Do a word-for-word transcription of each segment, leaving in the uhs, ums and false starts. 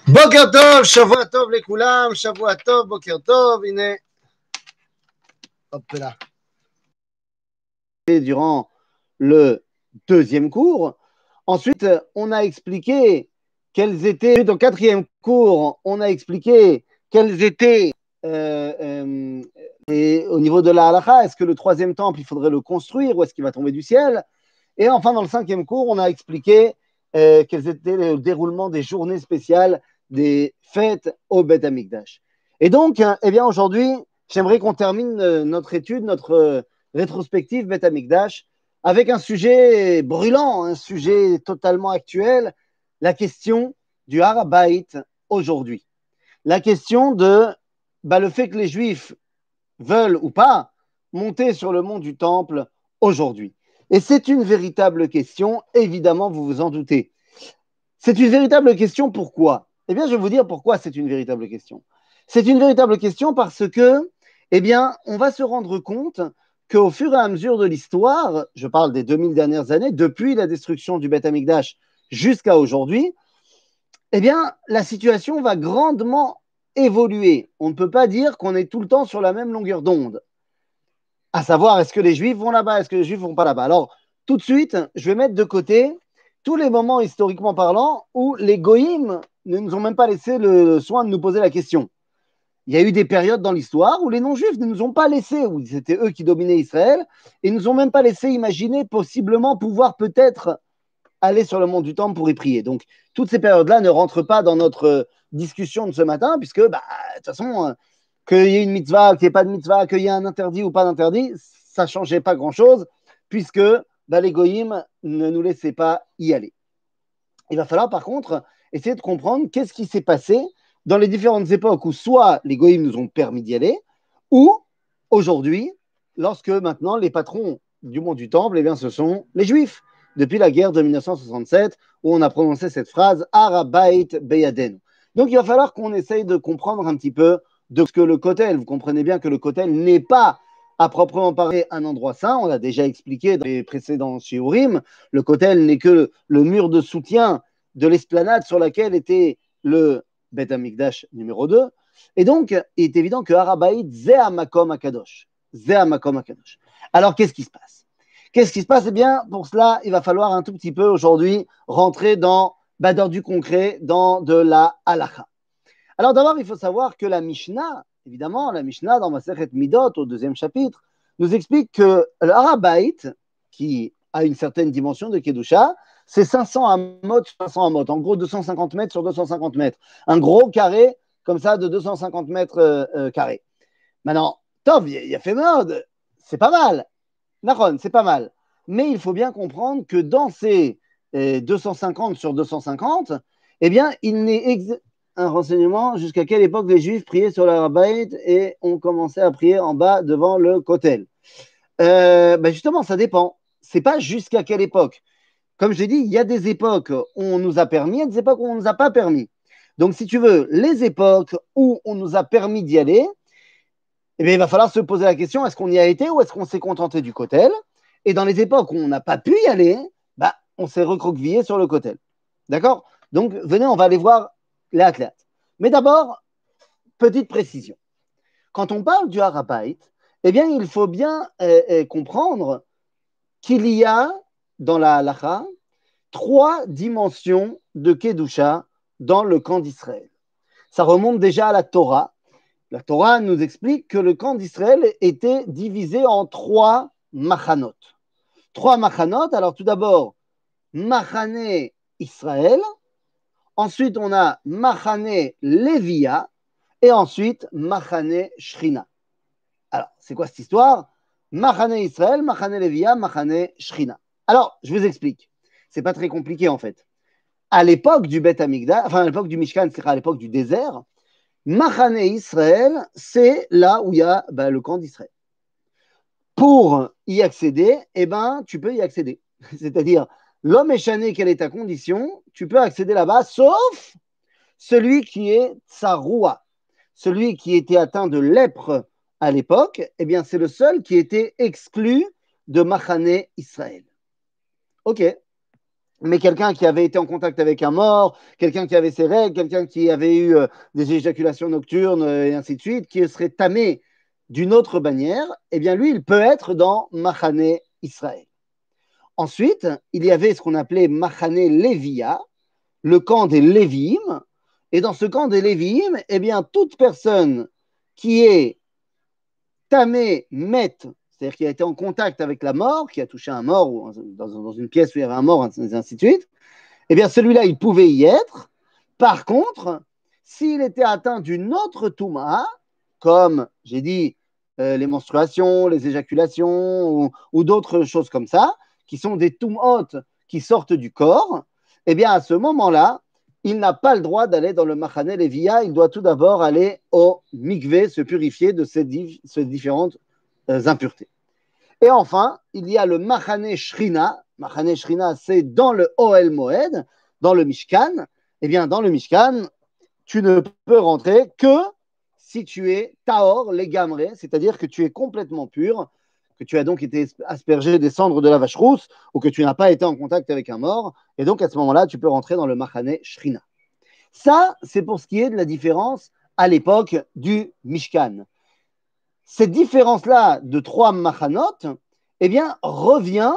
Boker Tov, Shavua Tov לכולם, Shavua Tov, Boker Tov, הנה, hop là. Durant le deuxième cours. Ensuite, on a expliqué quels étaient, au quatrième cours, on a expliqué quels étaient, euh, euh, et au niveau de la halakha, est-ce que le troisième temple, il faudrait le construire ou est-ce qu'il va tomber du ciel? Et enfin, dans le cinquième cours, on a expliqué euh, quels étaient le déroulement des journées spéciales des fêtes au Beth Amikdash. Et donc, eh bien, aujourd'hui, j'aimerais qu'on termine notre étude, notre rétrospective Beth Amikdash, avec un sujet brûlant, un sujet totalement actuel, la question du Har HaBayit aujourd'hui. La question de bah, le fait que les Juifs veulent ou pas monter sur le mont du Temple aujourd'hui. Et c'est une véritable question, évidemment, vous vous en doutez. C'est une véritable question, pourquoi? Eh bien, je vais vous dire pourquoi c'est une véritable question. C'est une véritable question parce que, eh bien, on va se rendre compte qu'au fur et à mesure de l'histoire, je parle des deux mille dernières années, depuis la destruction du Beth Amikdash jusqu'à aujourd'hui, eh bien, la situation va grandement évoluer. On ne peut pas dire qu'on est tout le temps sur la même longueur d'onde. À savoir, est-ce que les Juifs vont là-bas, est-ce que les Juifs vont pas là-bas? Alors, tout de suite, je vais mettre de côté tous les moments historiquement parlant où les goïms ne nous ont même pas laissé le soin de nous poser la question. Il y a eu des périodes dans l'histoire où les non-juifs ne nous ont pas laissé, où c'était eux qui dominaient Israël, et ne nous ont même pas laissé imaginer possiblement pouvoir peut-être aller sur le mont du Temple pour y prier. Donc, toutes ces périodes-là ne rentrent pas dans notre discussion de ce matin, puisque, bah, de toute façon, qu'il y ait une mitzvah, qu'il n'y ait pas de mitzvah, qu'il y ait un interdit ou pas d'interdit, ça ne changeait pas grand-chose, puisque bah, les goïms ne nous laissaient pas y aller. Il va falloir, par contre, essayer de comprendre qu'est-ce qui s'est passé dans les différentes époques où soit les goïms nous ont permis d'y aller, ou aujourd'hui, lorsque maintenant les patrons du mont du Temple, eh bien, ce sont les Juifs, depuis la guerre de mille neuf cent soixante-sept, où on a prononcé cette phrase « Har HaBayit Beyaden ». Donc, il va falloir qu'on essaye de comprendre un petit peu de ce que le Kotel, vous comprenez bien que le Kotel n'est pas à proprement parler un endroit saint, on l'a déjà expliqué dans les précédents shiurim, le Kotel n'est que le mur de soutien de l'esplanade sur laquelle était le Beth Amikdash numéro deux, et donc il est évident que Har HaBayit Zeh HaMakom HaKadosh. Zeh HaMakom HaKadosh. Alors qu'est-ce qui se passe? Qu'est-ce qui se passe? Eh bien, pour cela, il va falloir un tout petit peu aujourd'hui rentrer dans, bah, dans du concret, dans de la halakha. Alors d'abord, il faut savoir que la Mishnah, évidemment, la Mishnah dans Masechet Midot, au deuxième chapitre, nous explique que le Har HaBayit, qui a une certaine dimension de Kedusha, c'est cinq cents amot sur cinq cents amot, en gros deux cent cinquante mètres sur deux cent cinquante mètres. Un gros carré, comme ça, de deux cent cinquante mètres euh, euh, carrés. Maintenant, Tov, il y a fait mode, c'est pas mal. Nahon, c'est pas mal. Mais il faut bien comprendre que dans ces euh, deux cent cinquante sur deux cent cinquante, eh bien, il n'est ex- un renseignement jusqu'à quelle époque les Juifs priaient sur le Har HaBayit et ont commencé à prier en bas devant le Kotel. Euh, ben justement, ça dépend. C'est pas jusqu'à quelle époque. Comme je l'ai dit, il y a des époques où on nous a permis, il y a des époques où on ne nous a pas permis. Donc, si tu veux, les époques où on nous a permis d'y aller, eh bien, il va falloir se poser la question, est-ce qu'on y a été ou est-ce qu'on s'est contenté du Kotel? Et dans les époques où on n'a pas pu y aller, bah, on s'est recroquevillé sur le Kotel. D'accord? Donc, venez, on va aller voir les athlètes. Mais d'abord, petite précision. Quand on parle du Har HaBayit, eh bien, il faut bien euh, euh, comprendre qu'il y a dans la halacha trois dimensions de Kedusha dans le camp d'Israël. Ça remonte déjà à la Torah. La Torah nous explique que le camp d'Israël était divisé en trois machanot. Trois machanot. Alors tout d'abord, Machane Israël. Ensuite, on a Machane Lévia. Et ensuite, Machane Shrina. Alors, c'est quoi cette histoire? Machane Israël, Machane Lévia, Machane Shrina. Alors, je vous explique. C'est pas très compliqué en fait. À l'époque du Beth Amikdash, enfin à l'époque du Mishkan, c'est à l'époque du désert, Machane Israël, c'est là où il y a bah, le camp d'Israël. Pour y accéder, eh ben, tu peux y accéder. C'est-à-dire, l'homme échané, quelle est ta condition? Tu peux accéder là-bas, sauf celui qui est tsaroua, celui qui était atteint de lèpre à l'époque, eh bien, c'est le seul qui était exclu de Machane Israël. Ok. mais quelqu'un qui avait été en contact avec un mort, quelqu'un qui avait ses règles, quelqu'un qui avait eu euh, des éjaculations nocturnes euh, et ainsi de suite, qui serait tamé d'une autre bannière, eh bien lui, il peut être dans Machane Israël. Ensuite, il y avait ce qu'on appelait Machane Lévia, le camp des Lévi'im, et dans ce camp des Lévi'im, eh bien toute personne qui est tamé, met, c'est-à-dire qui a été en contact avec la mort, qui a touché un mort ou dans, dans une pièce où il y avait un mort, et ainsi de suite, eh bien celui-là, il pouvait y être. Par contre, s'il était atteint d'une autre touma, comme j'ai dit, euh, les menstruations, les éjaculations ou, ou d'autres choses comme ça, qui sont des toumot qui sortent du corps, eh bien à ce moment-là, il n'a pas le droit d'aller dans le Machane Lévia, il doit tout d'abord aller au mikvé, se purifier de ces, div- ces différentes euh, impuretés. Et enfin, il y a le Machane Shrina. Machane Shrina, c'est dans le Ohel Moed, dans le Mishkan. Eh bien, dans le Mishkan, tu ne peux rentrer que si tu es Tahor, les Gamré, c'est-à-dire que tu es complètement pur, que tu as donc été aspergé des cendres de la vache rousse ou que tu n'as pas été en contact avec un mort. Et donc, à ce moment-là, tu peux rentrer dans le Machane Shrina. Ça, c'est pour ce qui est de la différence à l'époque du Mishkan. Cette différence-là de trois machanot, eh bien, revient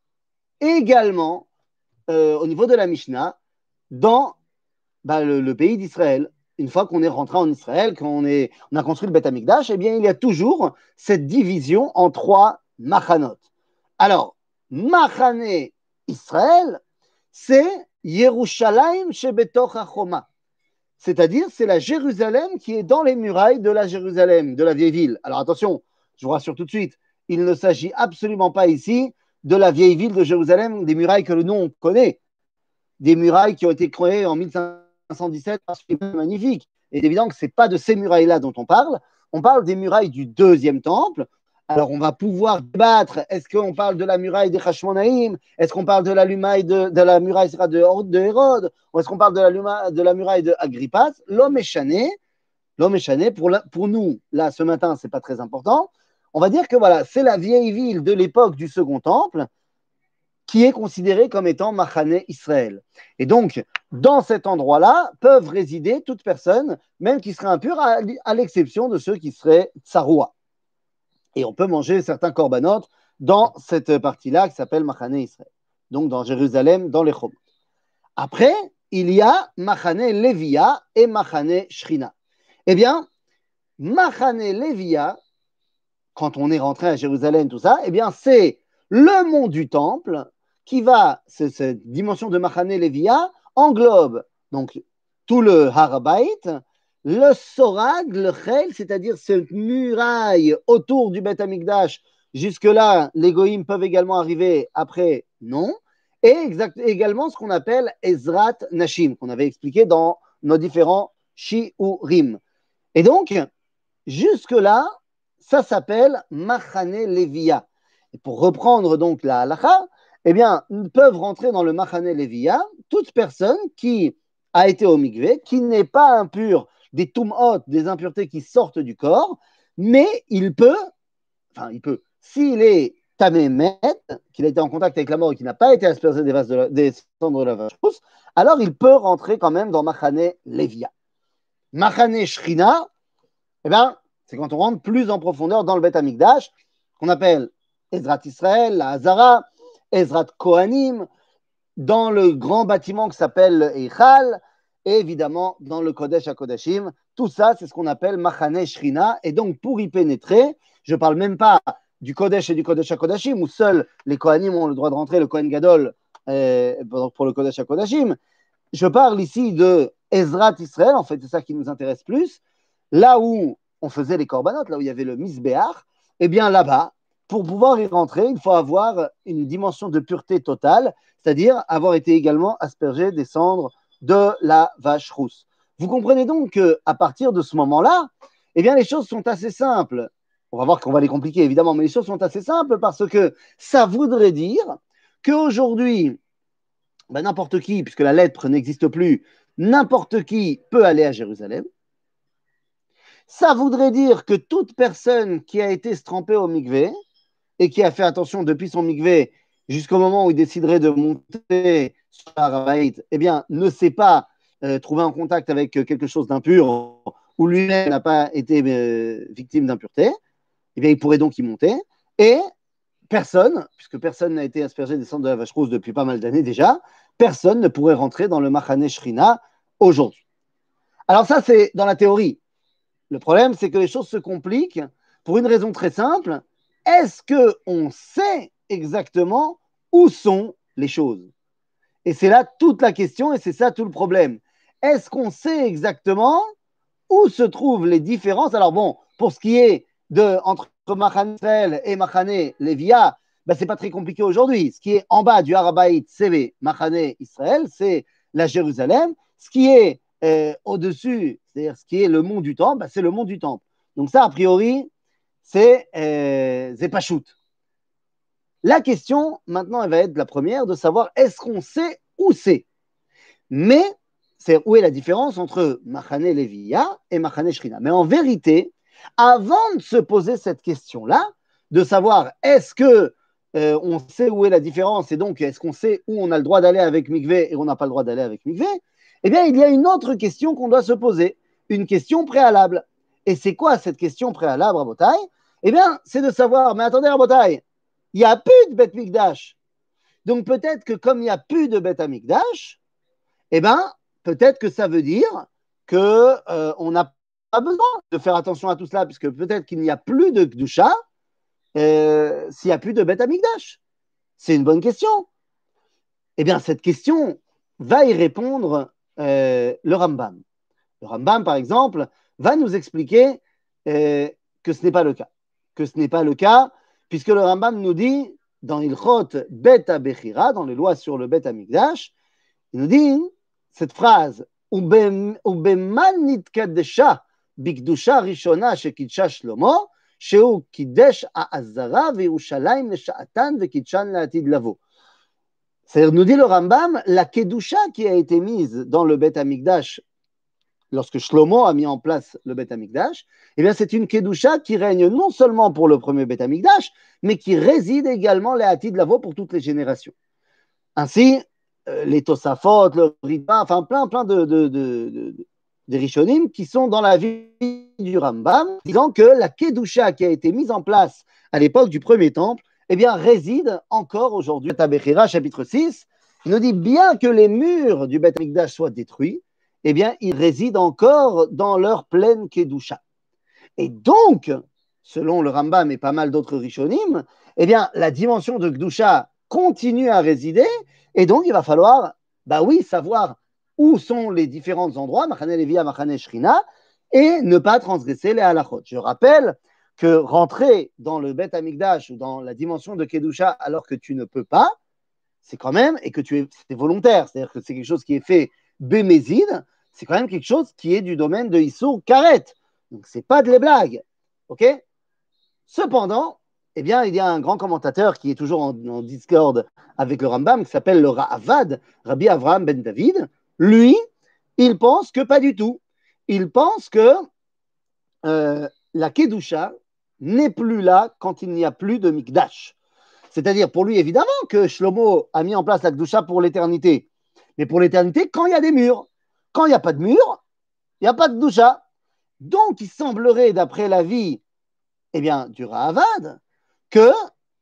également euh, au niveau de la Mishnah dans bah, le, le pays d'Israël. Une fois qu'on est rentré en Israël, qu'on est, on a construit le Beth Amikdash, eh bien, il y a toujours cette division en trois machanot. Alors, Machane Israël, c'est Yerushalayim shebetoch hachoma. C'est-à-dire, c'est la Jérusalem qui est dans les murailles de la Jérusalem, de la vieille ville. Alors attention, je vous rassure tout de suite, il ne s'agit absolument pas ici de la vieille ville de Jérusalem, des murailles que nous on connaît, des murailles qui ont été créées en mille cinq cent dix-sept, c'est magnifique. Et c'est évident que ce n'est pas de ces murailles-là dont on parle, on parle des murailles du deuxième temple. Alors, on va pouvoir débattre. Est-ce qu'on parle de la muraille des Hashmonaïm? Est-ce qu'on parle de la, de, de la muraille de, de Hérode? Ou est-ce qu'on parle de la, de la muraille de Agrippas? L'homme est chané. L'homme est chané. Pour, la, pour nous, là, ce matin, ce n'est pas très important. On va dire que voilà, c'est la vieille ville de l'époque du Second Temple qui est considérée comme étant Machane Israël. Et donc, dans cet endroit-là, peuvent résider toutes personnes, même qui seraient impures, à, à l'exception de ceux qui seraient tsaroua. Et on peut manger certains korbanot dans cette partie-là qui s'appelle Machane Israël. Donc dans Jérusalem, dans les Chom. Après, il y a Machane Lévia et Machane Shrina. Eh bien, Machane Lévia, quand on est rentré à Jérusalem, tout ça, eh bien, c'est le mont du temple qui va, cette dimension de Machane Lévia, englobe donc tout le Harabaït, le Sorag, le Chel, c'est-à-dire cette muraille autour du Beth Amikdash. Jusque-là, les Goïms peuvent également arriver, après, non. Et exact, également ce qu'on appelle Ezrat Nashim, qu'on avait expliqué dans nos différents Shiurim. Et donc, jusque-là, ça s'appelle Machane Lévia. Et pour reprendre donc la halakha, eh bien, peuvent rentrer dans le Machane Lévia toute personne qui a été au mikvé, qui n'est pas impure des tum'ot, des impuretés qui sortent du corps, mais il peut, enfin, il peut, s'il est tamémet, qu'il a été en contact avec la mort et qu'il n'a pas été aspergé des, vases de la, des cendres de la vache rousse, alors il peut rentrer quand même dans Machane Lévia. Machane Shrina, eh bien, c'est quand on rentre plus en profondeur dans le Beth Amikdash, qu'on appelle Ezrat Israël, la Hazara, Ezrat Kohanim, dans le grand bâtiment qui s'appelle Eichal, et évidemment dans le Kodesh HaKodashim. Tout ça, c'est ce qu'on appelle Machane Shrina. Et donc, pour y pénétrer, je ne parle même pas du Kodesh et du Kodesh HaKodashim, où seuls les Kohanim ont le droit de rentrer, le Kohen Gadol euh, pour le Kodesh HaKodashim. Je parle ici de Ezrat Israël, en fait, c'est ça qui nous intéresse plus. Là où on faisait les corbanotes, là où il y avait le Misbéach, eh bien là-bas, pour pouvoir y rentrer, il faut avoir une dimension de pureté totale, c'est-à-dire avoir été également aspergé des cendres de la vache rousse. Vous comprenez donc qu'à partir de ce moment-là, eh bien les choses sont assez simples. On va voir qu'on va les compliquer, évidemment, mais les choses sont assez simples parce que ça voudrait dire qu'aujourd'hui, ben, n'importe qui, puisque la lèpre n'existe plus, n'importe qui peut aller à Jérusalem. Ça voudrait dire que toute personne qui a été strampée au mikvé et qui a fait attention depuis son mikvé jusqu'au moment où il déciderait de monter sur l'Aravaït, eh bien, ne s'est pas euh, trouvé en contact avec quelque chose d'impur ou lui-même n'a pas été euh, victime d'impureté, eh bien, il pourrait donc y monter. Et personne, puisque personne n'a été aspergé des cendres de la vache rousse depuis pas mal d'années déjà, personne ne pourrait rentrer dans le Machane Shrina aujourd'hui. Alors ça, c'est dans la théorie. Le problème, c'est que les choses se compliquent pour une raison très simple. Est-ce qu'on sait exactement où sont les choses? Et c'est là toute la question et c'est ça tout le problème. Est-ce qu'on sait exactement où se trouvent les différences? Alors bon, pour ce qui est de entre Machane Israël et Machane Lévia, ben, c'est pas très compliqué aujourd'hui. Ce qui est en bas du Harabaït, c'est Machane Israël, c'est la Jérusalem. Ce qui est euh, au-dessus, c'est-à-dire ce qui est le mont du Temple, ben, c'est le mont du Temple. Donc ça, a priori, c'est euh, Pachout. La question, maintenant, elle va être la première, de savoir est-ce qu'on sait où c'est? Mais c'est où est la différence entre Machane Lévia et Machane Shrina. Mais en vérité, avant de se poser cette question-là, de savoir est-ce que euh, on sait où est la différence et donc est-ce qu'on sait où on a le droit d'aller avec Mikvé et on n'a pas le droit d'aller avec Mikvé, eh bien, il y a une autre question qu'on doit se poser, une question préalable. Et c'est quoi cette question préalable, Rabotai? Eh bien, c'est de savoir, mais attendez, Rabotai, il n'y a plus de Beth Mikdash. Donc peut-être que comme il n'y a plus de Beth Mikdash, eh bien, peut-être que ça veut dire qu'on euh, n'a pas besoin de faire attention à tout cela, puisque peut-être qu'il n'y a plus de Kdusha euh, s'il n'y a plus de Beth Amikdash. C'est une bonne question. Eh bien, cette question va y répondre euh, le Rambam. Le Rambam, par exemple, va nous expliquer euh, que ce n'est pas le cas. Que ce n'est pas le cas, puisque le Rambam nous dit, dans Ilchot Bet HaBechira, dans les lois sur le Bet HaMikdash, il nous dit cette phrase ובמה נתקדשה בקדושה ראשונה שקידשה שלמה, שהוא קידש העזרה וירושלים לשעתן וקידשן לעתיד לבוא. C'est-à-dire, nous dit le Rambam, la kedusha qui a été mise dans le Bet Amikdash lorsque Shlomo a mis en place le Bet Amikdash, eh bien c'est une kedusha qui règne non seulement pour le premier Bet Amikdash, mais qui réside également les Atid Lavo pour toutes les générations. Ainsi, les Tosafot, le Ritma, enfin plein, plein de, de, de, de, de Rishonim qui sont dans la vie du Rambam, disant que la Kedusha qui a été mise en place à l'époque du premier temple, eh bien, réside encore aujourd'hui. Tabechira, chapitre six, il nous dit bien que les murs du Beth Amikdash soient détruits, eh bien, ils résident encore dans leur pleine Kedusha. Et donc, selon le Rambam et pas mal d'autres Rishonim, eh bien, la dimension de Kedusha continue à résider. Et donc, il va falloir, bah oui, savoir où sont les différents endroits, Machane Lévia, Machane Shrina, et ne pas transgresser les halachot. Je rappelle que rentrer dans le Beth Amikdash ou dans la dimension de Kedusha alors que tu ne peux pas, c'est quand même, et que tu es, c'est volontaire, c'est-à-dire que c'est quelque chose qui est fait bémézide, c'est quand même quelque chose qui est du domaine de Issour Karet. Donc, c'est pas de les blagues. OK? Cependant, eh bien, il y a un grand commentateur qui est toujours en, en Discord avec le Rambam, qui s'appelle le Ra'avad, Rabbi Avraham ben David. Lui, il pense que pas du tout. Il pense que euh, la Kedusha n'est plus là quand il n'y a plus de Mikdash. C'est-à-dire, pour lui, évidemment, que Shlomo a mis en place la Kedusha pour l'éternité. Mais pour l'éternité, quand il y a des murs. Quand il n'y a pas de murs, il n'y a pas de Kedusha. Donc, il semblerait, d'après l'avis eh bien, du Ra'avad, que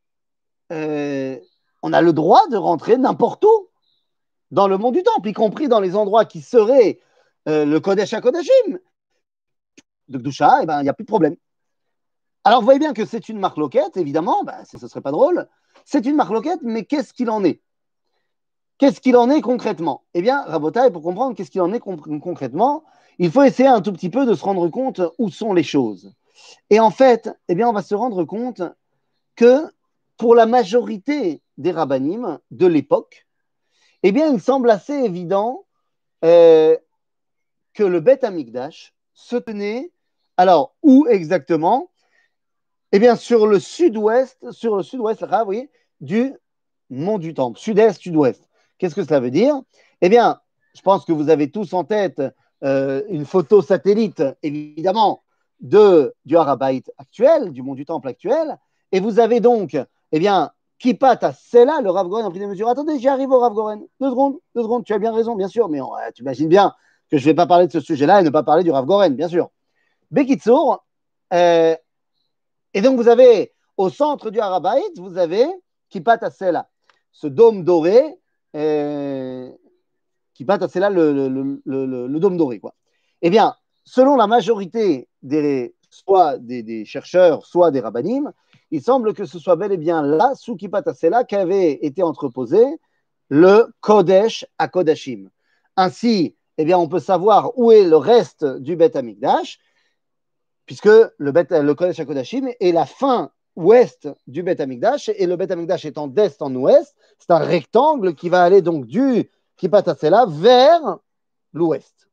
euh, on a le droit de rentrer n'importe où dans le monde du temple, y compris dans les endroits qui seraient euh, le Kodesh HaKodashim de Kedusha, eh ben, il n'y a plus de problème. Alors, vous voyez bien que c'est une marloquette, évidemment, ben, ce ne serait pas drôle. C'est une marloquette, mais qu'est-ce qu'il en est? Qu'est-ce qu'il en est concrètement? Eh bien, Rabotai, pour comprendre qu'est-ce qu'il en est concrètement, il faut essayer un tout petit peu de se rendre compte où sont les choses. Et en fait, eh bien, on va se rendre compte que pour la majorité des rabbanim de l'époque, eh bien, il semble assez évident euh, que le Beth Amikdash se tenait, alors, où exactement? Eh bien, sur le sud-ouest, sur le sud-ouest, là, oui, du mont du Temple, sud-est, sud-ouest. Qu'est-ce que cela veut dire? Eh bien, je pense que vous avez tous en tête euh, une photo satellite, évidemment, de, du Har HaBayit actuel, du mont du Temple actuel, et vous avez donc, eh bien, Kippat Sela, le Rav Goren a pris des mesures. Attendez, j'y arrive au Rav Goren. Deux secondes, deux secondes, tu as bien raison, bien sûr, mais ouais, tu imagines bien que je ne vais pas parler de ce sujet-là et ne pas parler du Rav Goren, bien sûr. Bekitsour, euh, et donc vous avez au centre du Harabaït, vous avez Kippat Sela, ce dôme doré, euh, Kippat Sela, le, le, le, le, le dôme doré, quoi. Eh bien, selon la majorité des, soit des, des chercheurs, soit des rabbanim, il semble que ce soit bel et bien là, sous Kippat Sela, qu'avait été entreposé le Kodesh à Kodashim. Ainsi, eh bien, on peut savoir où est le reste du Beth Amikdash, puisque le, Bet, le Kodesh à Kodashim est la fin ouest du Beth Amikdash, et le Beth Amikdash étant d'est en ouest, c'est un rectangle qui va aller donc du Kippat Sela vers l'ouest.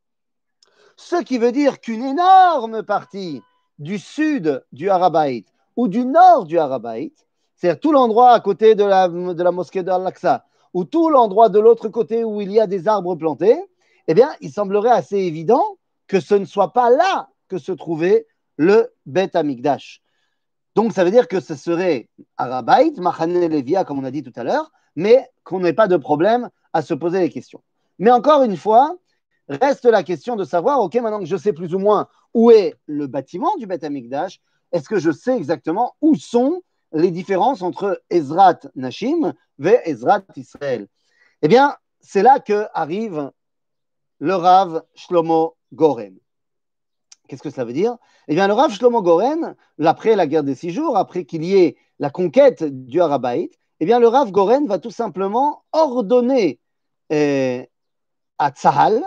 Ce qui veut dire qu'une énorme partie du sud du Harabaït ou du nord du Harabaït, c'est-à-dire tout l'endroit à côté de la, de la mosquée de Al-Aqsa, ou tout l'endroit de l'autre côté où il y a des arbres plantés, eh bien, il semblerait assez évident que ce ne soit pas là que se trouvait le Beth Amikdash. Donc, ça veut dire que ce serait Harabaït, Machane Levia, comme on a dit tout à l'heure, mais qu'on n'ait pas de problème à se poser les questions. Mais encore une fois, reste la question de savoir, ok, maintenant que je sais plus ou moins où est le bâtiment du Beth Amikdash, est-ce que je sais exactement où sont les différences entre Ezrat Nashim et Ezrat Israël? Eh bien, c'est là que arrive le Rav Shlomo Goren. Qu'est-ce que cela veut dire? Eh bien, le Rav Shlomo Goren, après la guerre des six jours, après qu'il y ait la conquête du Harabaït, eh bien, le Rav Goren va tout simplement ordonner euh, à Tzahal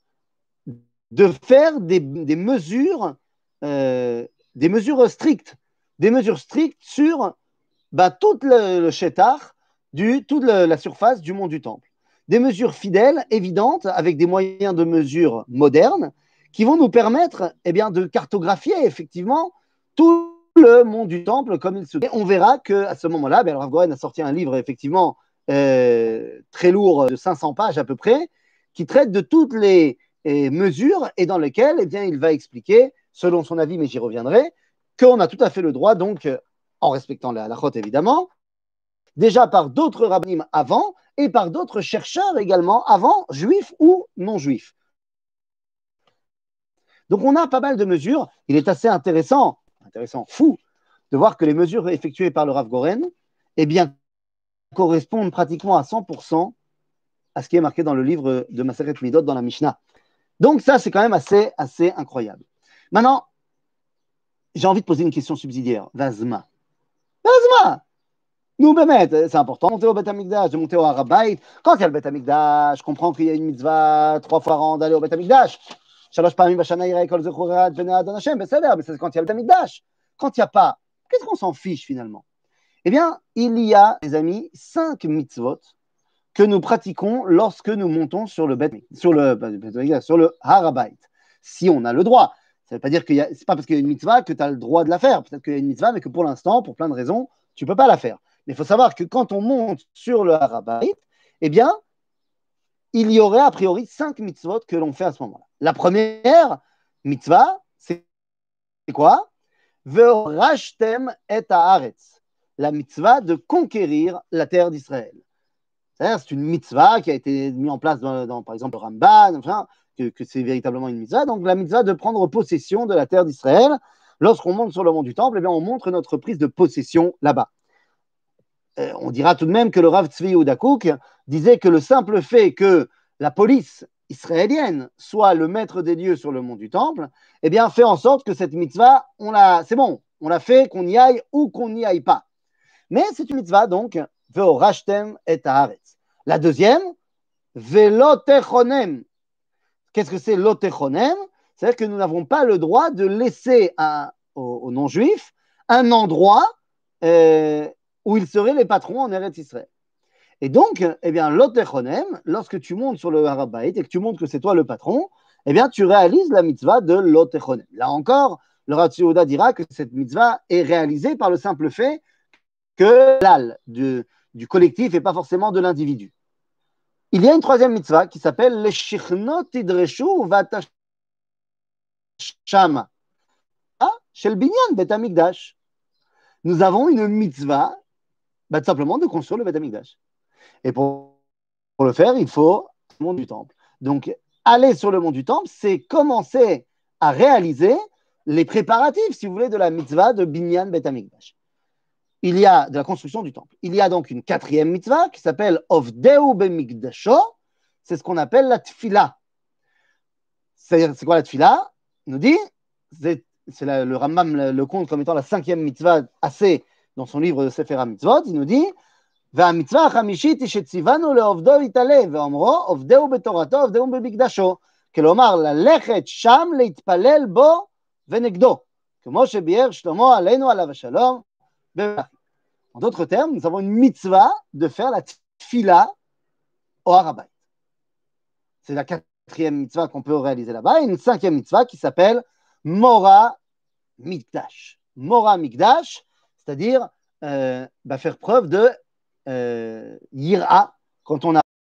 de faire des, des mesures, euh, des mesures strictes, des mesures strictes sur bah, tout le, le Shetar, du, toute le, la surface du mont du Temple. Des mesures fidèles, évidentes, avec des moyens de mesure modernes, qui vont nous permettre eh bien, de cartographier effectivement tout le mont du Temple comme il se doit. Et on verra qu'à ce moment-là, ben, Rav Goren a sorti un livre effectivement euh, très lourd, de cinq cents pages à peu près, qui traite de toutes les et mesures et dans lequel eh bien, il va expliquer, selon son avis, mais j'y reviendrai, qu'on a tout à fait le droit, donc, en respectant la halachot évidemment, déjà par d'autres rabbinim avant et par d'autres chercheurs également avant, juifs ou non juifs. Donc on a pas mal de mesures. Il est assez intéressant, intéressant, fou, de voir que les mesures effectuées par le Rav Goren eh bien, correspondent pratiquement à cent pour cent à ce qui est marqué dans le livre de Maseret Midot dans la Mishnah. Donc ça, c'est quand même assez, assez incroyable. Maintenant, j'ai envie de poser une question subsidiaire. Vazma. Vazma. Nous, Bémet, c'est important de monter au Beth Amikdash, de monter au Harabaït. Quand il y a le Beth Amikdash, je comprends qu'il y a une mitzvah trois fois par an d'aller au Beth Amikdash. Shalosh Pamim Bashana Yirei Kol Zechurat Bnei Adon Hashem, mais c'est quand il y a le Beth Amikdash. Quand il n'y a pas, qu'est-ce qu'on s'en fiche finalement? Eh bien, il y a, les amis, cinq mitzvot que nous pratiquons lorsque nous montons sur le, sur le, sur le Harabaït. Si on a le droit. Ça ne veut pas dire que c'est pas parce qu'il y a une mitzvah que tu as le droit de la faire. Peut-être qu'il y a une mitzvah, mais que pour l'instant, pour plein de raisons, tu ne peux pas la faire. Mais il faut savoir que quand on monte sur le Harabaït, eh bien, il y aurait a priori cinq mitzvot que l'on fait à ce moment-là. La première mitzvah, c'est quoi? Ve'orashtem et haaretz. La mitzvah de conquérir la terre d'Israël. C'est-à-dire, c'est une mitzvah qui a été mise en place dans, dans par exemple, le Ramban, enfin, que, que c'est véritablement une mitzvah. Donc, la mitzvah de prendre possession de la terre d'Israël. Lorsqu'on monte sur le mont du Temple, eh bien, on montre notre prise de possession là-bas. Euh, on dira tout de même que le Rav Tzvi Yehuda Kook disait que le simple fait que la police israélienne soit le maître des lieux sur le mont du Temple, eh bien, fait en sorte que cette mitzvah, on l'a, c'est bon, on l'a fait, qu'on y aille ou qu'on n'y aille pas. Mais c'est une mitzvah, donc, Ve'orashtem et haaretz. La deuxième, Ve'lotechonem. Qu'est-ce que c'est lotechonem? C'est-à-dire que nous n'avons pas le droit de laisser un, aux, aux non-juifs un endroit euh, où ils seraient les patrons en Eretz Israël. Et donc, eh bien, lotechonem, lorsque tu montes sur le Harabaït et que tu montres que c'est toi le patron, eh bien, tu réalises la mitzvah de lotechonem. Là encore, le Rav Tzvi Yehuda dira que cette mitzvah est réalisée par le simple fait que l'al du, du collectif et pas forcément de l'individu. Il y a une troisième mitzvah qui s'appelle le shichnot tidreshu vatashama shel binyan bet hamikdash. Nous avons une mitzvah bah, tout simplement de construire le Beth Amikdash. Et pour, pour le faire, il faut le mont du Temple. Donc, aller sur le mont du Temple, c'est commencer à réaliser les préparatifs, si vous voulez, de la mitzvah de Binyan Beth Amikdash. Il y a de la construction du temple. Il y a donc une quatrième mitzvah qui s'appelle Ovdeu Bemikdasho. C'est ce qu'on appelle la tfila. C'est, c'est quoi la tfila? Il nous dit, c'est, c'est la, le Rambam le, le compte comme étant la cinquième mitzvah assez dans son livre de Sefer HaMitzvot. Il nous dit והמצווה החמישית היא שציוונו לעובדו יתעלה ואומרו עובדהו בתורתו עובדהו במקדשו. כלומר ללכת שם להתפלל בו ונגדו. כמו שביאר שלמה עלינו עליו השלום. En d'autres termes, nous avons une mitzvah de faire la tfila au Har HaBayit. C'est la quatrième mitzvah qu'on peut réaliser là-bas. Et une cinquième mitzvah qui s'appelle Mora Mikdash. Mora Mikdash, c'est-à-dire euh, bah, faire preuve de euh, yira quand on a.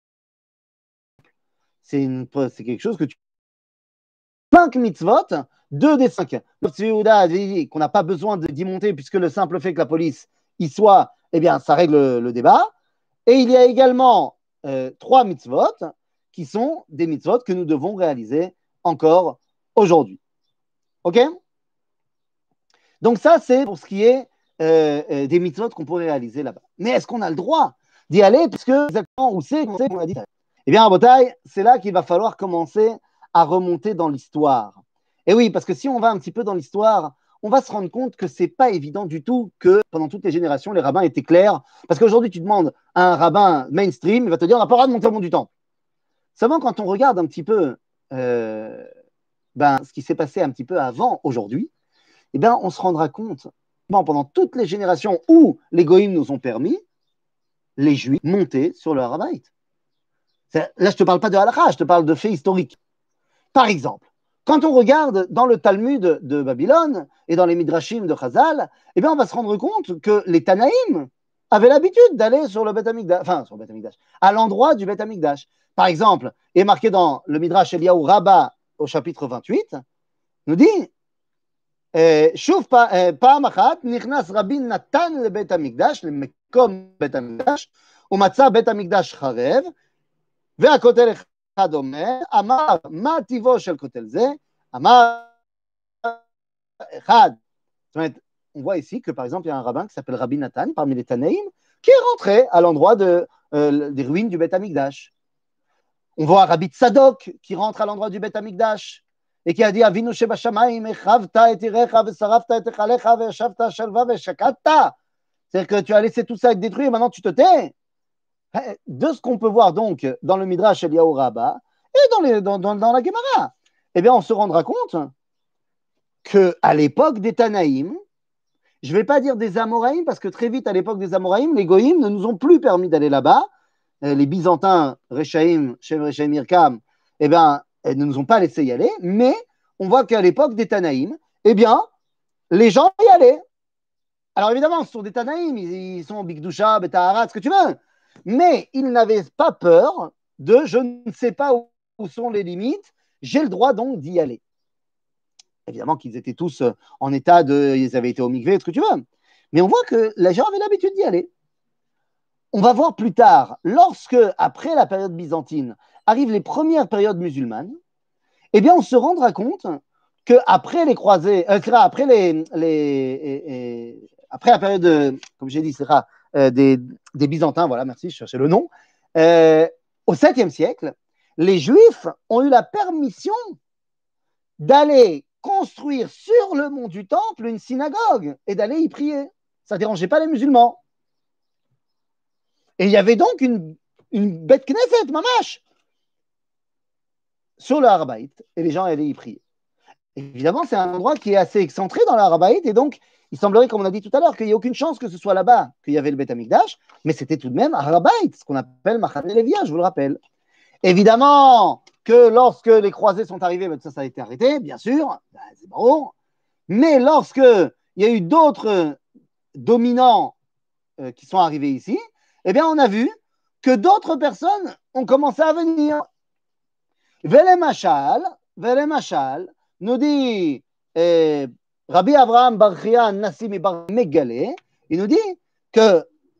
C'est, une, c'est quelque chose que tu. Cinq mitzvot, deux des cinq. Qu'on n'a pas besoin d'y monter puisque le simple fait que la police y soit, eh bien, ça règle le, le débat. Et il y a également euh, trois mitzvot qui sont des mitzvot que nous devons réaliser encore aujourd'hui. OK? Donc ça, c'est pour ce qui est euh, euh, des mitzvot qu'on peut réaliser là-bas. Mais est-ce qu'on a le droit d'y aller puisque exactement où c'est qu'on a dit? Eh bien, à Botaï, c'est là qu'il va falloir commencer à remonter dans l'histoire. Et oui, parce que si on va un petit peu dans l'histoire, on va se rendre compte que ce n'est pas évident du tout que pendant toutes les générations, les rabbins étaient clairs. Parce qu'aujourd'hui, tu demandes à un rabbin mainstream, il va te dire on n'a pas le droit de monter au mont du Temple. Seulement, quand on regarde un petit peu euh, ben, ce qui s'est passé un petit peu avant aujourd'hui, eh ben, on se rendra compte, bon, pendant toutes les générations où les goïms nous ont permis, les juifs montaient sur le Har HaBayit. Là, je ne te parle pas de halakha, je te parle de faits historiques. Par exemple, quand on regarde dans le Talmud de Babylone et dans les Midrashim de Chazal, eh bien, on va se rendre compte que les Tanaïm avaient l'habitude d'aller sur le Beth Amikdash, enfin, sur le Beth Amikdash, à l'endroit du Beth Amikdash. Par exemple, est marqué dans le Midrash Eliyahu Rabbah au chapitre vingt-huit, nous dit שוב פעם אחת נכנס רבי נתן לבית המקדש, למקום בית המקדש, ומצא בית המקדש חרב, והכותל אחד אומר, אמר, מה טיבו של כותל זה? אמר, אחד. זאת אומרת, on voit ici que, par exemple, il y a un rabbin qui s'appelle Rabbi Nathan, parmi les Tanaïm, qui est rentré à l'endroit de, euh, des ruines du Beth Amikdash. On voit Rabbi Tzadok qui rentre à l'endroit du Beth Amikdash et qui a dit, Avinu shebashamayim, echavta et irecha, vesarafta et echalecha, veshavta shalva, veshakatta. C'est-à-dire que tu as laissé tout ça être détruit et maintenant tu te tais. De ce qu'on peut voir donc dans le Midrash Eliyahu Rabbah et dans, les, dans, dans, dans la Gemara, eh bien on se rendra compte qu'à l'époque des Tanaïm, je ne vais pas dire des Amoraïm, parce que très vite à l'époque des Amoraïm, les Goïm ne nous ont plus permis d'aller là-bas. Les Byzantins, Rechaïm, Shem Rechaïm Irkam, eh bien, ils ne nous ont pas laissé y aller, mais on voit qu'à l'époque des Tanaïm, eh bien, les gens y allaient. Alors évidemment, ce sont des Tanaïm, ils, ils sont Bigdusha, Betaharat, ce que tu veux. Mais ils n'avaient pas peur de je ne sais pas où, où sont les limites, j'ai le droit donc d'y aller. Évidemment qu'ils étaient tous en état de, ils avaient été au mikvé, ce que tu veux. Mais on voit que les gens avaient l'habitude d'y aller. On va voir plus tard, lorsque, après la période byzantine, arrivent les premières périodes musulmanes, eh bien on se rendra compte qu'après les croisés, euh, après, les, les, les, après la période, de, comme j'ai dit, c'est rare, Euh, des, des Byzantins, voilà, merci, je cherchais le nom. Euh, au septième siècle, les Juifs ont eu la permission d'aller construire sur le mont du Temple une synagogue et d'aller y prier. Ça ne dérangeait pas les musulmans. Et il y avait donc une, une bête Knesset, mamash, sur le Har HaBayit, et les gens allaient y prier. Évidemment, c'est un endroit qui est assez excentré dans le Har HaBayit, et donc il semblerait, comme on a dit tout à l'heure, qu'il n'y ait aucune chance que ce soit là-bas qu'il y avait le Beth Amikdash, mais c'était tout de même Har HaBayit, ce qu'on appelle Machane Lévia, je vous le rappelle. Évidemment que lorsque les croisés sont arrivés, ça, ça a été arrêté, bien sûr, ben, c'est bon. Mais lorsque il y a eu d'autres dominants euh, qui sont arrivés ici, eh bien, on a vu que d'autres personnes ont commencé à venir. Vele Machal, Vele Machal, nous dit Rabbi Abraham Bar Chia Nassim Bar Megale, il nous dit que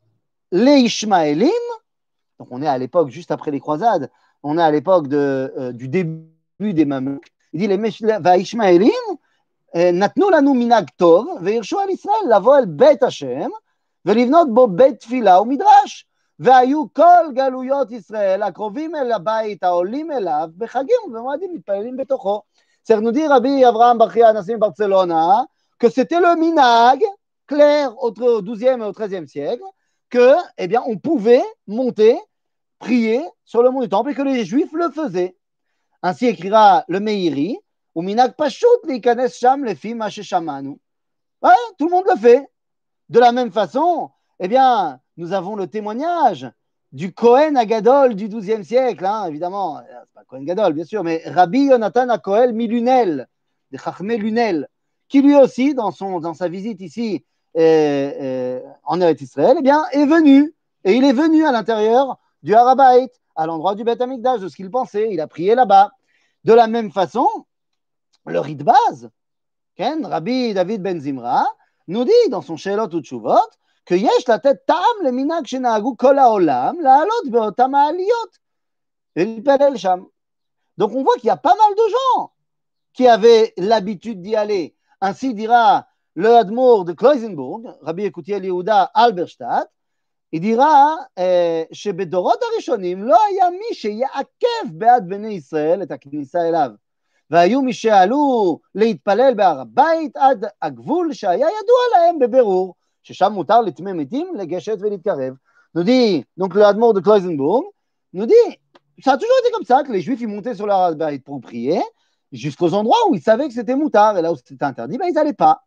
les Ishmaélim, donc on est à l'époque juste après les croisades, on est à l'époque de, euh, du début des Mamelouks, il dit les Ishmaélim, נתנו לנו מנהג טוב, והרשו על ישראל לבוא אל בית השם, ולבנות בו בית תפילה ומדרש, והיו כל גלויות ישראל, הקרובים אל הבית, העולים אליו, בחגים ובמועדים מתפללים בתוכו. C'est nous dit Rabbi Abraham Bachia Nassim Barcelona que c'était le minhag clair au douzième et au treizième siècle que, eh bien, on pouvait monter, prier sur le mont du temple et que les Juifs le faisaient. Ainsi écrira le Meiri, ou minhag pashut l'ikanes sham lefi ma sheshamanu. Ouais, tout le monde le fait. De la même façon, eh bien, nous avons le témoignage du Kohen Agadol du douzième siècle, hein, évidemment, c'est pas Kohen Gadol, bien sûr, mais Rabbi Yonatan HaKoel Milunel, de Chachmé Lunel, qui lui aussi, dans, son, dans sa visite ici euh, euh, en Eretz Israël, eh bien, est venu, et il est venu à l'intérieur du Har HaBayit, à l'endroit du Beth Amikdash, de ce qu'il pensait, il a prié là-bas. De la même façon, le rite base, Ken, Rabbi David Ben Zimra, nous dit dans son Shelot Utshuvot que yesh la tête tam le minag shenahagu kol haolam la alot beotam ha'aliyot velipalel sham. Donc on voit qu'il y a pas mal de gens qui avaient l'habitude d'y aller. Ainsi dira le Admour de Kloisenburg, Rabbi Yekutiel Yehuda Alberstadt, il dira שבדורות הראשונים לא היה מי שיעכב בעד בני ישראל את הכניסה אליו. והיו מי שעלו להתפלל בהר הבית עד הגבול שהיה ידוע להם בבירור, ששם מותר לטמא מתים לגשת ולהתקרב. Nous dit, donc le Admour de Kloisenburg, nous dit, ça a toujours été comme ça, que les Juifs ils montaient sur leur Har pour prier, jusqu'aux endroits où ils savaient que c'était moutard, et là où c'était interdit, ben, ils n'allaient pas.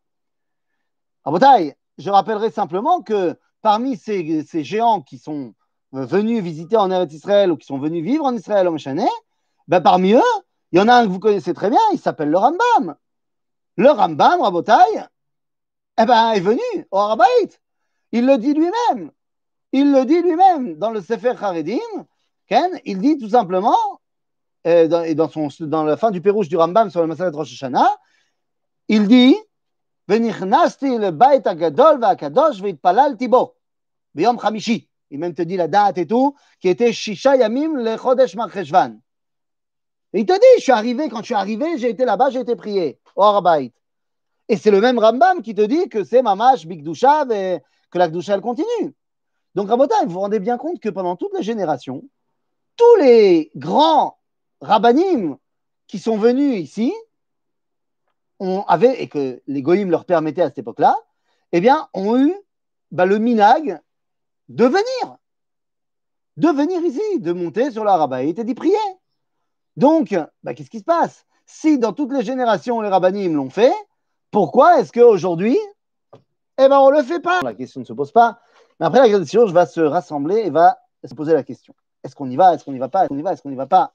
À Botaï, je rappellerai simplement que parmi ces, ces géants qui sont venus visiter en Eretz Israël ou qui sont venus vivre en Israël au Méchané, ben, parmi eux, il y en a un que vous connaissez très bien, il s'appelle le Rambam. Le Rambam, Rabotai, eh ben, est venu au Har HaBayit. Il le dit lui-même. Il le dit lui-même dans le Sefer Haredim. Ken, il dit tout simplement, et dans, et dans, son, dans la fin du Pérouche du Rambam sur le Masalet Rosh Hashanah, il dit Venichnasti le Bayit Agadol va'akadosh ve'itpalalti bo b'yom chamishi. Il même te dit la date et tout, qui était Shisha Yamim le Chodesh Mar Cheshvan. Et il te dit, je suis arrivé, quand je suis arrivé, j'ai été là-bas, j'ai été prié au Har HaBayit. Et c'est le même Rambam qui te dit que c'est Mamash Bigdusha et que la Gdusha elle continue. Donc Rabotai, vous vous rendez bien compte que pendant toutes les générations, tous les grands rabbanim qui sont venus ici, on avait, et que les goïms leur permettaient à cette époque-là, eh bien, ont eu bah, le minag de venir, de venir ici, de monter sur le Har HaBayit et d'y prier. Donc, bah, qu'est-ce qui se passe? Si dans toutes les générations, les rabbanim l'ont fait, pourquoi est-ce qu'aujourd'hui, eh ben, on ne le fait pas? La question ne se pose pas. Mais après, la question va se rassembler et va se poser la question. Est-ce qu'on y va? Est-ce qu'on n'y va pas? Est-ce qu'on y va? Est-ce qu'on n'y va pas?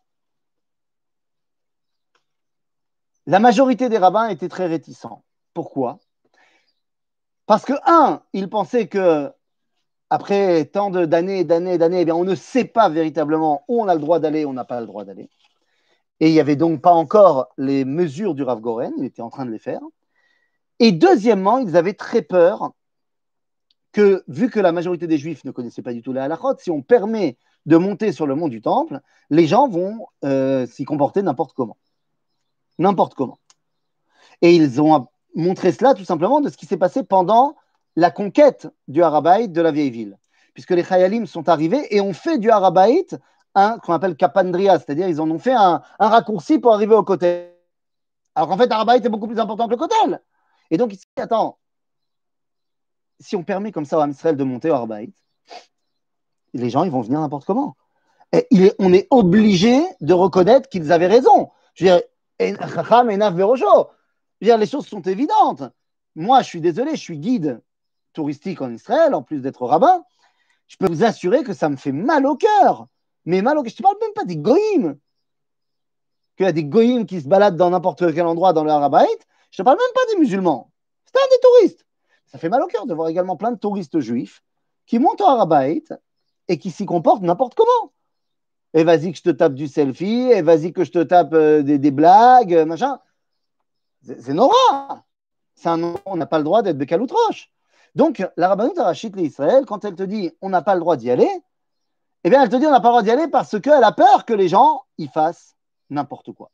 La majorité des rabbins étaient très réticents. Pourquoi? Parce que, un, ils pensaient que après tant d'années, d'années, d'années, eh bien, on ne sait pas véritablement où on a le droit d'aller, où on n'a pas le droit d'aller. Et il n'y avait donc pas encore les mesures du Rav Goren, il était en train de les faire. Et deuxièmement, ils avaient très peur que, vu que la majorité des Juifs ne connaissaient pas du tout la halachot, si on permet de monter sur le mont du Temple, les gens vont euh, s'y comporter n'importe comment. N'importe comment. Et ils ont montré cela tout simplement de ce qui s'est passé pendant la conquête du Har HaBayit de la vieille ville. Puisque les Chayalim sont arrivés et ont fait du Har HaBayit un qu'on appelle Kapandria, c'est-à-dire ils en ont fait un, un raccourci pour arriver au Kotel. Alors qu'en fait, Har HaBayit est beaucoup plus important que le Kotel. Et donc ici, attends, si on permet comme ça à Israël de monter au Har HaBayit, les gens ils vont venir n'importe comment. Et il est, on est obligé de reconnaître qu'ils avaient raison. Je veux dire, Chacham Enav Verosho. Je veux dire, les choses sont évidentes. Moi, je suis désolé, je suis guide touristique en Israël, en plus d'être rabbin. Je peux vous assurer que ça me fait mal au cœur. Mais mal au cœur. Je ne te parle même pas des goïms. Qu'il y a des goïms qui se baladent dans n'importe quel endroit dans le Har HaBayit. Je ne te parle même pas des musulmans. C'est un des touristes. Ça fait mal au cœur de voir également plein de touristes juifs qui montent au Har HaBayit et qui s'y comportent n'importe comment. Et vas-y que je te tape du selfie, et vas-y que je te tape euh, des, des blagues, machin. C'est, c'est Nora. C'est un, on n'a pas le droit d'être bécaloutroche. Donc, la Rabbanout Harashit l'Israël, quand elle te dit on n'a pas le droit d'y aller, eh bien, elle te dit on n'a pas le droit d'y aller parce qu'elle a peur que les gens y fassent n'importe quoi.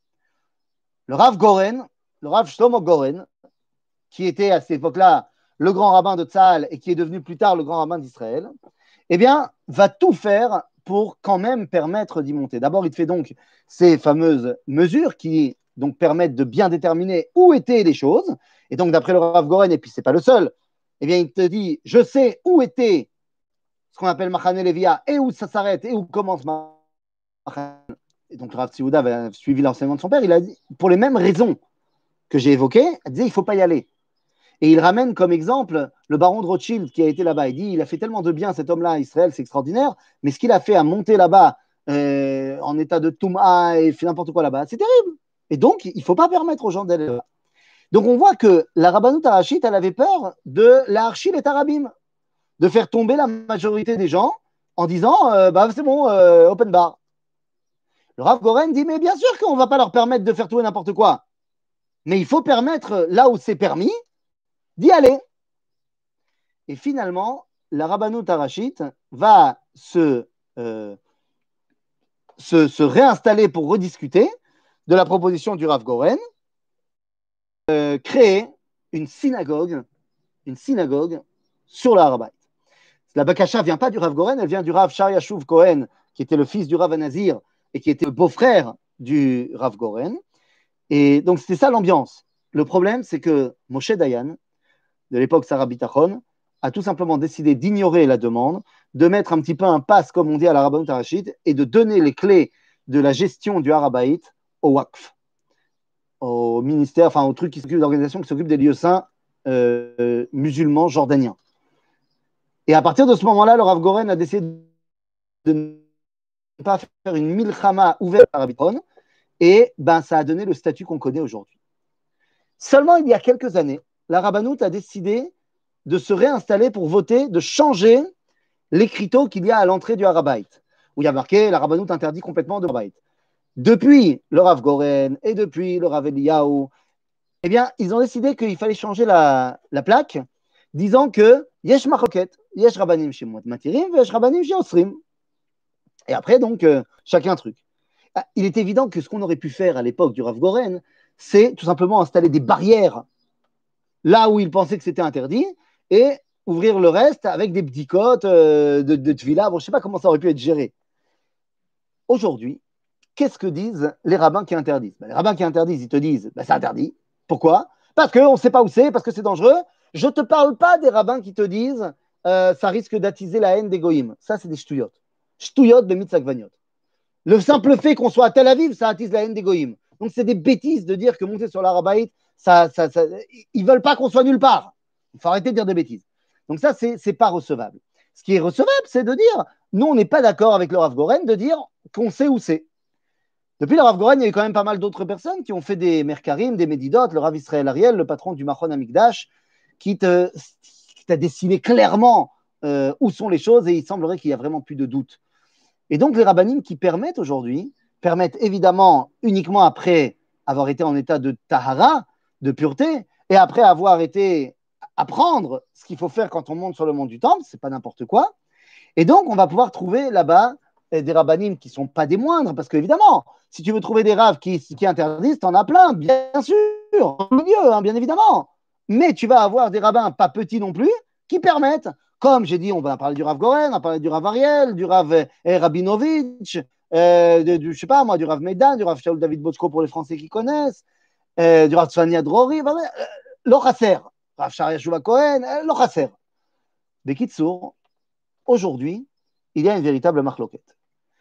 Le Rav Goren, le Rav Shlomo Goren, qui était à cette époque-là le grand rabbin de Tzahal et qui est devenu plus tard le grand rabbin d'Israël, eh bien, va tout faire pour quand même permettre d'y monter. D'abord, il te fait donc ces fameuses mesures qui donc permettent de bien déterminer où étaient les choses. Et donc, d'après le Rav Goren, et puis c'est pas le seul, eh bien, il te dit, je sais où était ce qu'on appelle Machane Levia et où ça s'arrête et où commence Machane. Et donc, le Rav Tzihouda avait suivi l'enseignement de son père. Il a dit, pour les mêmes raisons que j'ai évoquées, il disait, il ne faut pas y aller. Et il ramène comme exemple le baron de Rothschild qui a été là-bas. Il dit, il a fait tellement de bien cet homme-là à Israël, c'est extraordinaire, mais ce qu'il a fait à monter là-bas euh, en état de Touma et fait n'importe quoi là-bas, c'est terrible. Et donc, il ne faut pas permettre aux gens d'aller là-bas. Donc, on voit que la Rabbanout Harashit, elle avait peur de la Archil et Tarabim, de faire tomber la majorité des gens en disant, euh, bah, c'est bon, euh, open bar. Le Rav Goren dit, mais bien sûr qu'on ne va pas leur permettre de faire tout et n'importe quoi. Mais il faut permettre, là où c'est permis, d'y aller. Et finalement, la Rabbanout Harashit va se, euh, se, se réinstaller pour rediscuter de la proposition du Rav Goren, euh, créer une synagogue, une synagogue sur le Har Habayit. La Bakasha ne vient pas du Rav Goren, elle vient du Rav Shar Yashuv Cohen, qui était le fils du Rav Anazir et qui était le beau-frère du Rav Goren. Et donc, c'était ça l'ambiance. Le problème, c'est que Moshe Dayan, de l'époque Sarah Bitachon, a tout simplement décidé d'ignorer la demande, de mettre un petit peu un pass, comme on dit à la Rabbanout Harashit, et de donner les clés de la gestion du Har Habayit au Waqf, au ministère, enfin au truc qui s'occupe d'organisation qui s'occupe des lieux saints euh, musulmans jordaniens. Et à partir de ce moment-là, le Rav Goren a décidé de ne pas faire une milchama ouverte à Rabbi Bitachon, et ben, ça a donné le statut qu'on connaît aujourd'hui. Seulement, il y a quelques années, la Rabbanout a décidé de se réinstaller pour voter, de changer l'écriteau qu'il y a à l'entrée du Har Habayit, où il y a marqué la Rabbanout interdit complètement de Har Habayit. Depuis le Rav Goren et depuis le Rav Eliyahu, eh bien, ils ont décidé qu'il fallait changer la, la plaque, disant que Yesh Machoket, Yesh Rabbanim chez Matirim, Yesh Rabbanim chez Osrim. Et après, donc, euh, chacun un truc. Il est évident que ce qu'on aurait pu faire à l'époque du Rav Goren, c'est tout simplement installer des barrières là où ils pensaient que c'était interdit et ouvrir le reste avec des petits côtes euh, de, de Tvila. Bon, je ne sais pas comment ça aurait pu être géré. Aujourd'hui, qu'est-ce que disent les rabbins qui interdisent? Ben, les rabbins qui interdisent, ils te disent, ben, c'est interdit. Pourquoi? Parce qu'on ne sait pas où c'est, parce que c'est dangereux. Je ne te parle pas des rabbins qui te disent, euh, ça risque d'attiser la haine des goïms. Ça, c'est des ch'touillottes. Ch'touillottes de mitzakvaniot. Le simple fait qu'on soit à Tel Aviv, ça attise la haine des goïms. Donc, c'est des bêtises de dire que monter sur l'Har Habayit, ça, ça, ça, ils ne veulent pas qu'on soit nulle part. Il faut arrêter de dire des bêtises. Donc, ça, c'est, c'est pas recevable. Ce qui est recevable, c'est de dire, nous, on n'est pas d'accord avec le Rav Goren de dire qu'on sait où c'est. Depuis le Rav Goren, il y a eu quand même pas mal d'autres personnes qui ont fait des Merkarim, des Médidot, le Rav Israël Ariel, le patron du Machon Amikdash, qui, te, qui t'a dessiné clairement euh, où sont les choses et il semblerait qu'il n'y a vraiment plus de doute. Et donc, les rabbanim qui permettent aujourd'hui, permettent évidemment uniquement après avoir été en état de tahara, de pureté, et après avoir été apprendre ce qu'il faut faire quand on monte sur le mont du temple, c'est pas n'importe quoi. Et donc, on va pouvoir trouver là-bas des rabbanim qui ne sont pas des moindres, parce qu'évidemment, si tu veux trouver des raves qui, qui interdisent, t'en as plein, bien sûr, au milieu, hein, bien évidemment. Mais tu vas avoir des rabbins pas petits non plus, qui permettent, comme j'ai dit, on va parler du Rav Goren, on va parler du Rav Ariel, du Rav eh, Rabinovitch, euh, de, du, je sais pas moi, du Rav Medan, du Rav Shaul David Bochko pour les Français qui connaissent, euh, du Rav Tzfania Drori, euh, l'Ochasser, Rav Shar Yeshuva Cohen, euh, l'Ochasser. Bekitsour, aujourd'hui, il y a une véritable marloquette.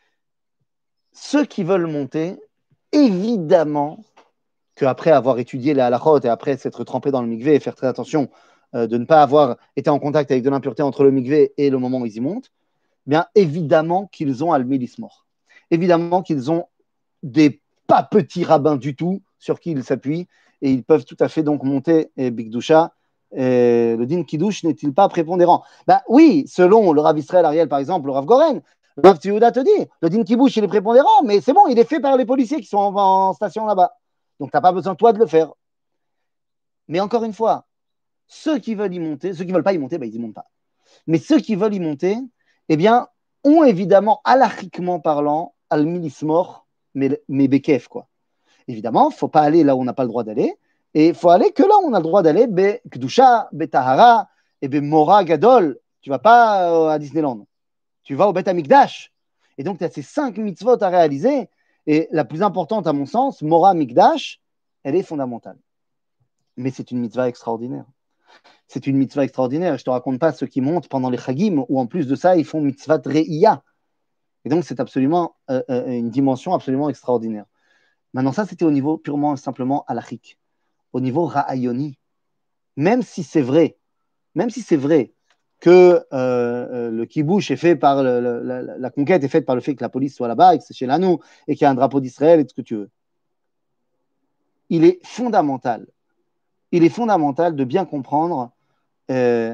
Ceux qui veulent monter, évidemment qu'après avoir étudié les halachot et après s'être trempé dans le mikvé et faire très attention euh, de ne pas avoir été en contact avec de l'impureté entre le mikvé et le moment où ils y montent, bien évidemment qu'ils ont Almilismor. Évidemment qu'ils ont des pas petits rabbins du tout sur qui ils s'appuient et ils peuvent tout à fait donc monter et Bigdusha. Et le din Kiddush n'est-il pas prépondérant? Ben oui, selon le Rav Israël Ariel par exemple, le Rav Goren, le Rav Tzihouda te dit, le din Kiddush il est prépondérant, mais c'est bon, il est fait par les policiers qui sont en, en station là-bas. Donc tu n'as pas besoin toi de le faire. Mais encore une fois, ceux qui veulent y monter, ceux qui ne veulent pas y monter, bah, ils n'y montent pas. Mais ceux qui veulent y monter, eh bien, ont évidemment, halachiquement parlant, al-milismor, mais, mais bekef, quoi. Évidemment, il ne faut pas aller là où on n'a pas le droit d'aller, et il faut aller que là où on a le droit d'aller, be Kdusha, be Tahara, et be Mora Gadol. Tu ne vas pas euh, à Disneyland, tu vas au Bet Amikdash. Et donc, tu as ces cinq mitzvot à réaliser, et la plus importante, à mon sens, Mora Mikdash, elle est fondamentale. Mais c'est une mitzvah extraordinaire. C'est une mitzvah extraordinaire. Je ne te raconte pas ceux qui montent pendant les Chagim, où en plus de ça, ils font mitzvah Re'iyah. Et donc, c'est absolument euh, une dimension absolument extraordinaire. Maintenant, ça, c'était au niveau purement et simplement halachique. Au niveau ra'ayoni, même si c'est vrai, même si c'est vrai que euh, le kibouch est fait par le, le, la, la conquête est faite par le fait que la police soit là-bas et que c'est chez l'Anou et qu'il y a un drapeau d'Israël et tout ce que tu veux, il est fondamental, il est fondamental de bien comprendre euh,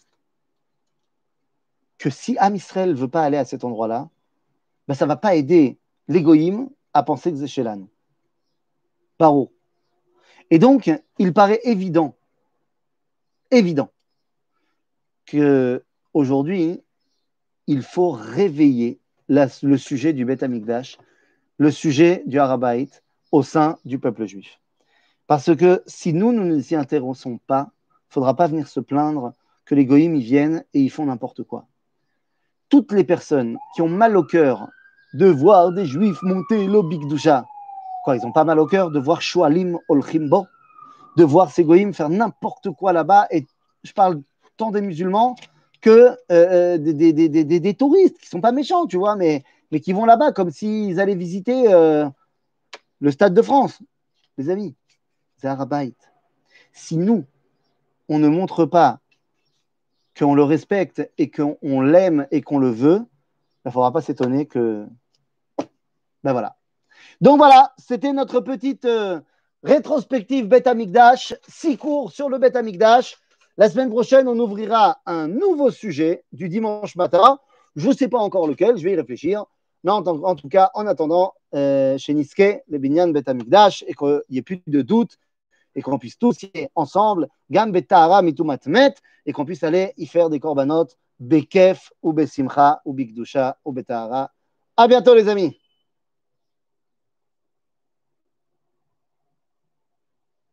que si Am Israël ne veut pas aller à cet endroit-là, ben ça ne va pas aider l'égoïme à penser que c'est chez l'Anou. Paro. Et donc, il paraît évident, évident, qu'aujourd'hui, il faut réveiller la, le sujet du Beth Amikdash, le sujet du Har HaBayit au sein du peuple juif. Parce que si nous, nous ne nous y intéressons pas, il ne faudra pas venir se plaindre que les goïms y viennent et ils font n'importe quoi. Toutes les personnes qui ont mal au cœur de voir des juifs monter l'Obikdusha, quoi, ils n'ont pas mal au cœur de voir Shualim Olchimbo, de voir ces goïms faire n'importe quoi là-bas, et je parle tant des musulmans que euh, des, des, des, des, des touristes qui ne sont pas méchants, tu vois, mais, mais qui vont là-bas comme s'ils allaient visiter euh, le Stade de France. Les amis, c'est Har HaBayit. Si nous, on ne montre pas qu'on le respecte et qu'on l'aime et qu'on le veut, il ne faudra pas s'étonner que... Ben voilà. Donc voilà, c'était notre petite euh, rétrospective Beth Amikdash, six cours sur le Beth Amikdash. La semaine prochaine, on ouvrira un nouveau sujet du dimanche matin. Je ne sais pas encore lequel, je vais y réfléchir. Mais en, en tout cas, en attendant, euh, chez Niske, le Binyan Beth Amikdash, et qu'il n'y ait plus de doute, et qu'on puisse tous y aller ensemble, Gam Betahara Mitumatmet, et qu'on puisse aller y faire des korbanot, Bekef, ou Besimcha, ou Bikdusha, ou Betahara. À bientôt, les amis.